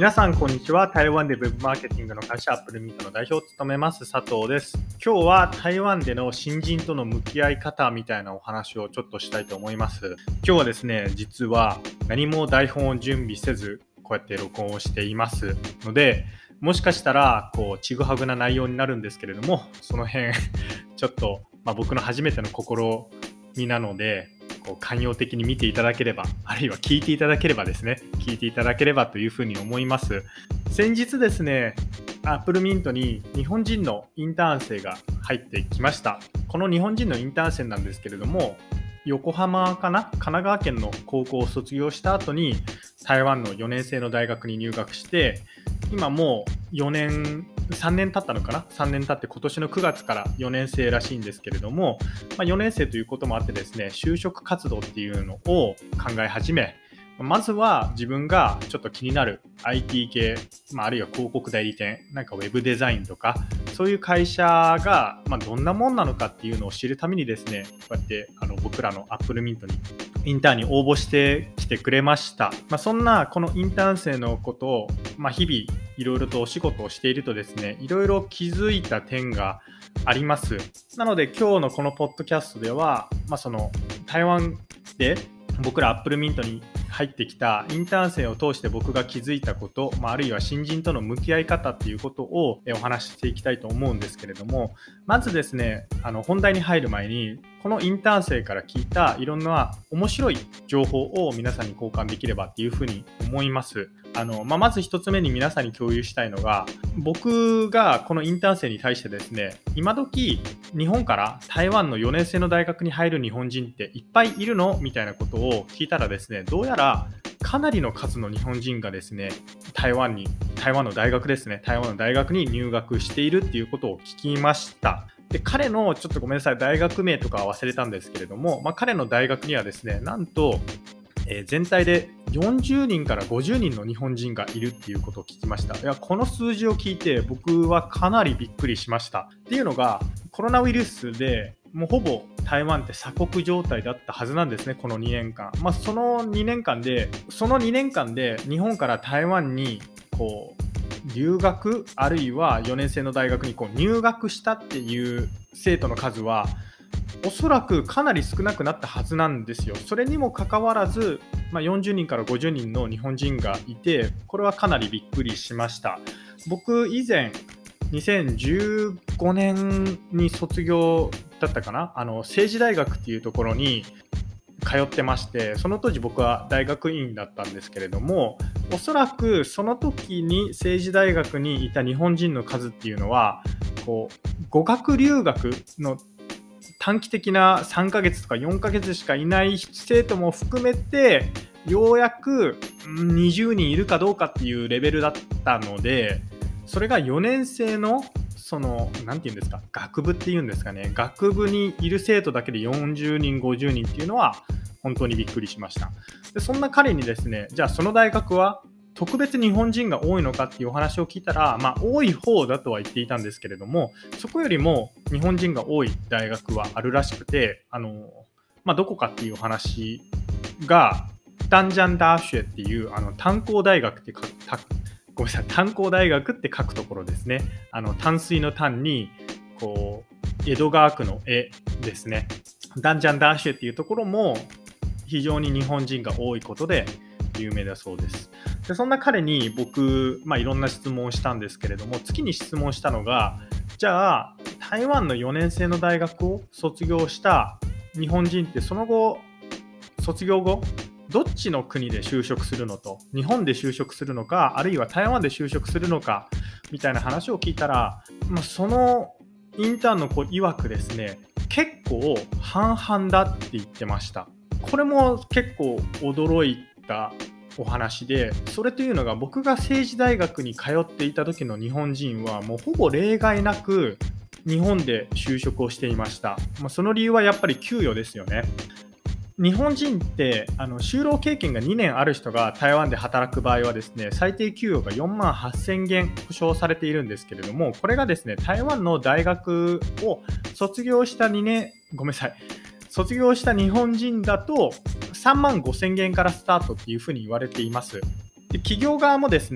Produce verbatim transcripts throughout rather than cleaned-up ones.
皆さんこんにちは。台湾で Web マーケティングの会社 AppleMeet の代表を務めます佐藤です。今日は台湾での新人との向き合い方みたいなお話をちょっとしたいと思います。今日はですね、実は何も台本を準備せずこうやって録音をしていますので、もしかしたらこうちぐはぐな内容になるんですけれども、その辺ちょっと、まあ、僕の初めての試みなので、こう寛容的に見ていただければ、あるいは聞いていただければですね、聞いていただければというふうに思います。先日ですね、AppleMeetに日本人のインターン生が入ってきました。この日本人のインターン生なんですけれども、横浜かな、神奈川県の高校を卒業した後に台湾のよねん生の大学に入学して、今もうよねんさんねん経ったのかなさんねん経って今年のくがつからよねん生らしいんですけれども、まあ、よねん生ということもあってですね、就職活動っていうのを考え始め、まずは自分がちょっと気になる アイティー 系、まあ、あるいは広告代理店、なんかウェブデザインとかそういう会社が、まあ、どんなもんなのかっていうのを知るためにですね、こうやってあの僕らの AppleMeet にインターンに応募してきてくれました。まあ、そんなこのインターン生のことを、まあ、日々いろいろとお仕事をしているとですね、いろいろ気づいた点があります。なので今日のこのポッドキャストでは、まあ、その台湾で僕ら AppleMeet に入ってきたインターン生を通して僕が気づいたこと、まあ、あるいは新人との向き合い方っていうことをお話ししていきたいと思うんですけれども、まずですね、あの本題に入る前にこのインターン生から聞いたいろんな面白い情報を皆さんに交換できればっていうふうに思います。あの、まあ、まず一つ目に皆さんに共有したいのが、僕がこのインターン生に対してですね、今時日本から台湾のよねん生の大学に入る日本人っていっぱいいるのみたいなことを聞いたらですね、どうやらかなりの数の日本人がですね、台湾に台湾の大学ですね台湾の大学に入学しているっていうことを聞きました。で、彼のちょっとごめんなさい、大学名とかは忘れたんですけれども、まあ、彼の大学にはですね、なんと、えー、全体でよんじゅうにんからごじゅうにんの日本人がいるっていうことを聞きました。いや、この数字を聞いて僕はかなりびっくりしました。っていうのが、コロナウイルスでもうほぼ台湾って鎖国状態だったはずなんですね、このにねんかん。まあ、そのにねんかんで、そのにねんかんで日本から台湾にこう留学あるいはよねん生の大学にこう入学したっていう生徒の数はおそらくかなり少なくなったはずなんですよ。それにもかかわらず、まあ、よんじゅうにんからごじゅうにんの日本人がいて、これはかなりびっくりしました。僕以前にせんじゅうごねんに卒業だったかな、あの政治大学っていうところに通ってまして、その当時僕は大学院だったんですけれども、おそらくその時に政治大学にいた日本人の数っていうのはこう語学留学の短期的なさんかげつとかよんかげつしかいない生徒も含めてようやくにじゅうにんいるかどうかっていうレベルだったので、それがよねん生のそのなんていうんですか、学部っていうんですかね、学部にいる生徒だけでよんじゅうにんごじゅうにんっていうのは本当にびっくりしました。で、そんな彼にですね、じゃあその大学は特別日本人が多いのかっていうお話を聞いたら、まあ多い方だとは言っていたんですけれども、そこよりも日本人が多い大学はあるらしくて、あのまあどこかっていうお話がダンジャンダーシュっていうあの炭鉱大学って書くごめんなさい、炭鉱大学って書くところですね。あの淡水の炭にこう江戸川区の絵ですね。ダンジャンダーシュっていうところも非常に日本人が多いことで有名だそうです。で、そんな彼に僕、まあ、いろんな質問をしたんですけれども、次に質問したのが、じゃあ台湾のよねん生の大学を卒業した日本人ってその後卒業後どっちの国で就職するのと、日本で就職するのか、あるいは台湾で就職するのかみたいな話を聞いたら、まあ、そのインターンの子曰くですね、結構半々だって言ってました。これも結構驚いたお話で、それというのが僕が政治大学に通っていた時の日本人はもうほぼ例外なく日本で就職をしていました。まあ、その理由はやっぱり給与ですよね。日本人ってあの就労経験がにねんある人が台湾で働く場合はですね、最低給与がよんまんはっせんげん保証されているんですけれども、これがですね、台湾の大学を卒業したにねんごめんなさい卒業した日本人だとさんまんごせんげんからスタートっていうふうに言われています。で、企業側もですね、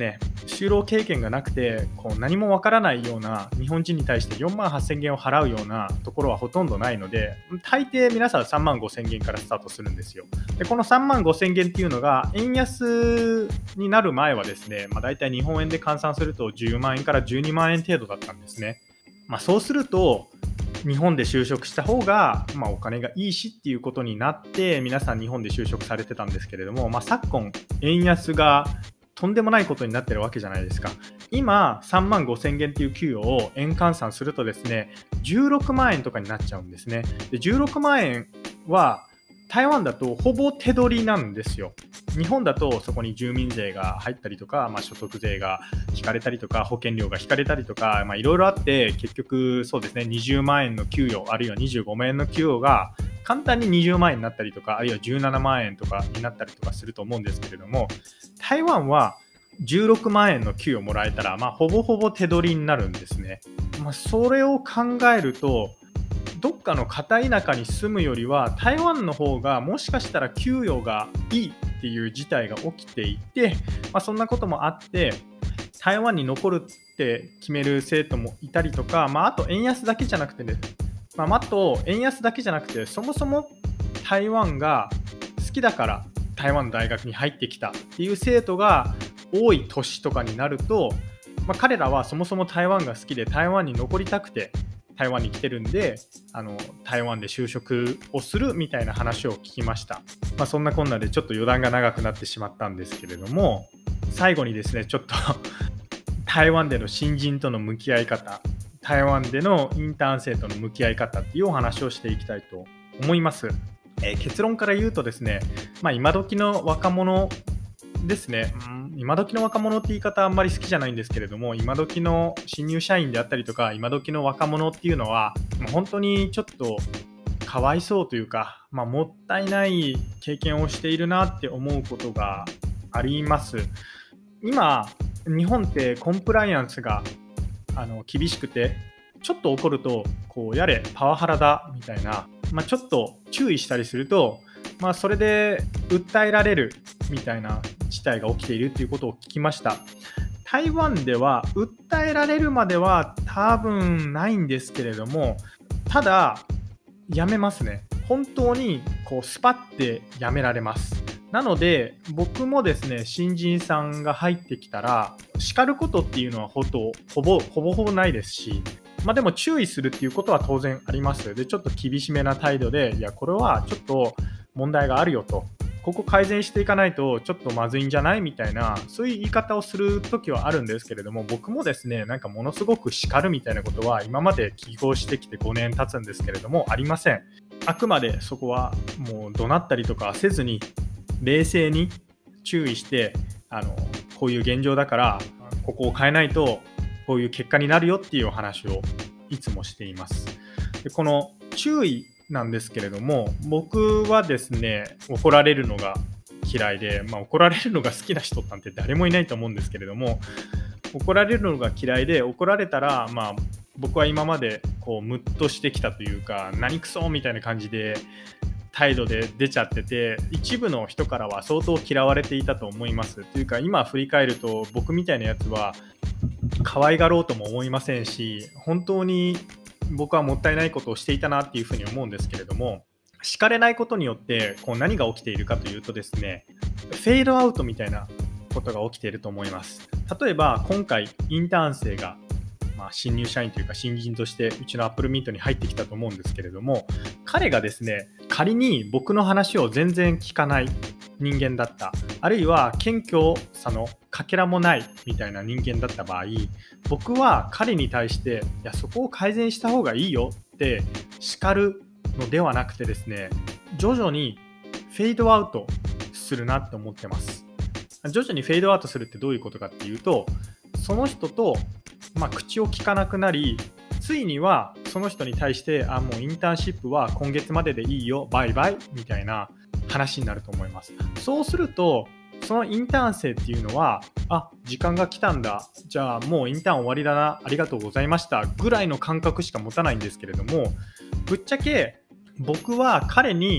就労経験がなくてこう何もわからないような日本人に対してよんまんはっせんえんを払うようなところはほとんどないので、大抵皆さんさんまんごせんえんからスタートするんですよ。でこのさんまんごせんえんっていうのが円安になる前はですね、まあ、大体日本円で換算するとじゅうまんえんからじゅうにまんえん程度だったんですね。まあ、そうすると日本で就職した方が、まあ、お金がいいしっていうことになって皆さん日本で就職されてたんですけれども、まあ、昨今円安がとんでもないことになってるわけじゃないですか。今さんまんごせんえんっていう給与を円換算するとですね、じゅうろくまんえんとかになっちゃうんですね。でじゅうろくまんえんは台湾だとほぼ手取りなんですよ。日本だとそこに住民税が入ったりとか、まあ、所得税が引かれたりとか保険料が引かれたりとか、いろいろあって結局そうですね、にじゅうまんえんの給与あるいはにじゅうごまんえんの給与が簡単ににじゅうまんえんになったりとか、あるいはじゅうななまんえんとかになったりとかすると思うんですけれども、台湾はじゅうろくまんえんの給与もらえたら、まあ、ほぼほぼ手取りになるんですね。まあ、それを考えるとどっかの片田舎に住むよりは台湾の方がもしかしたら給与がいいっていう事態が起きていて、まあ、そんなこともあって台湾に残るって決める生徒もいたりとか、まあ、あと円安だけじゃなくてね、まあ、あと円安だけじゃなくてそもそも台湾が好きだから台湾の大学に入ってきたっていう生徒が多い年とかになると、まあ、彼らはそもそも台湾が好きで台湾に残りたくて台湾に来てるんで、あの台湾で就職をするみたいな話を聞きました。まあ、そんなこんなでちょっと余談が長くなってしまったんですけれども、最後にですねちょっと台湾での新人との向き合い方、台湾でのインターン生との向き合い方っていうお話をしていきたいと思います。えー、結論から言うとですね、まあ、今時の若者ですね、うん、今時の若者って言い方あんまり好きじゃないんですけれども、今時の新入社員であったりとか今時の若者っていうのはもう本当にちょっとかわいそうというか、まあ、もったいない経験をしているなって思うことがあります。今日本ってコンプライアンスがあの厳しくて、ちょっと怒るとこうやれパワハラだみたいな、まあ、ちょっと注意したりすると、まあ、それで訴えられるみたいな事態が起きているということを聞きました。台湾では訴えられるまでは多分ないんですけれども、ただやめますね。本当にこうスパッてやめられます。なので僕もですね、新人さんが入ってきたら叱ることっていうのはほぼほぼほぼほぼないですし、まあ、でも注意するっていうことは当然あります。でちょっと厳しめな態度で、いやこれはちょっと問題があるよと、ここ改善していかないとちょっとまずいんじゃないみたいな、そういう言い方をするときはあるんですけれども、僕もですねなんかものすごく叱るみたいなことは今まで起業してきてごねん経つんですけれどもありません。あくまでそこはもう怒鳴ったりとかせずに冷静に注意して、あのこういう現状だからここを変えないとこういう結果になるよっていうお話をいつもしています。でこの注意なんですけれども、僕はですね怒られるのが嫌いで、まあ、怒られるのが好きな人なんて誰もいないと思うんですけれども、怒られるのが嫌いで、怒られたら、まあ、僕は今までこうムッとしてきたというか、何クソみたいな感じで態度で出ちゃってて、一部の人からは相当嫌われていたと思います。というか今振り返ると僕みたいなやつは可愛がろうとも思いませんし、本当に僕はもったいないことをしていたなっていうふうに思うんですけれども、叱れないことによってこう何が起きているかというとですね、フェードアウトみたいなことが起きていると思います。例えば今回インターン生が、まあ、新入社員というか新人としてうちの Apple Meet に入ってきたと思うんですけれども、彼がですね仮に僕の話を全然聞かない人間だった、あるいは謙虚さのかけらもないみたいな人間だった場合、僕は彼に対していやそこを改善した方がいいよって叱るのではなくてですね、徐々にフェードアウトするなって思ってます。徐々にフェードアウトするってどういうことかっていうと、その人と、まあ、口を聞かなくなり、ついにはその人に対してあもうインターンシップは今月まででいいよバイバイみたいな話になると思います。そうするとそのインターン生っていうのは、あ時間が来たんだ、じゃあもうインターン終わりだな、ありがとうございましたぐらいの感覚しか持たないんですけれども、ぶっちゃけ僕は彼に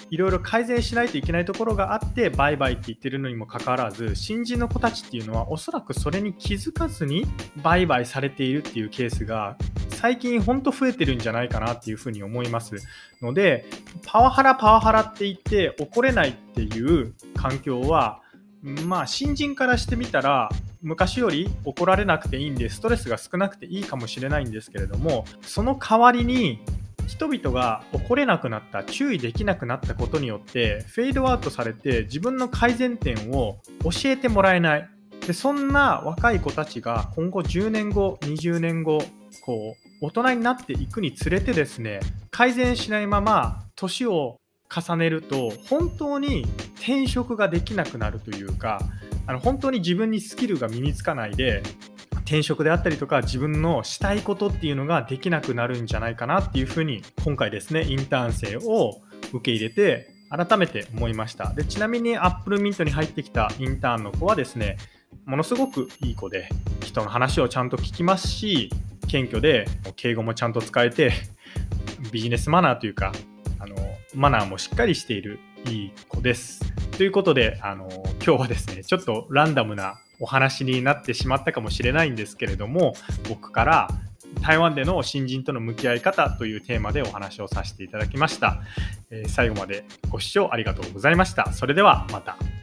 いろいろ改善しないといけないところがあってバイバイって言ってるのにもかかわらず、新人の子たちっていうのはおそらくそれに気づかずにバイバイされているっていうケースが最近ほんと増えてるんじゃないかなっていうふうに思いますので、パワハラパワハラって言って怒れないっていう環境は、まあ新人からしてみたら昔より怒られなくていいんでストレスが少なくていいかもしれないんですけれども、その代わりに人々が怒れなくなった、注意できなくなったことによってフェードアウトされて自分の改善点を教えてもらえない。でそんな若い子たちが今後じゅうねんごにじゅうねんごこう大人になっていくにつれてですね、改善しないまま年を重ねると本当に転職ができなくなるというか、あの本当に自分にスキルが身につかないで転職であったりとか自分のしたいことっていうのができなくなるんじゃないかなっていうふうに今回ですね、インターン生を受け入れて改めて思いました。でちなみに Apple Mint に入ってきたインターンの子はですね、ものすごくいい子で人の話をちゃんと聞きますし、謙虚で敬語もちゃんと使えてビジネスマナーというかあのマナーもしっかりしているいい子です。ということであの今日はですね、ちょっとランダムなお話になってしまったかもしれないんですけれども、僕から台湾での新人との向き合い方というテーマでお話をさせていただきました。えー、最後までご視聴ありがとうございました。それではまた。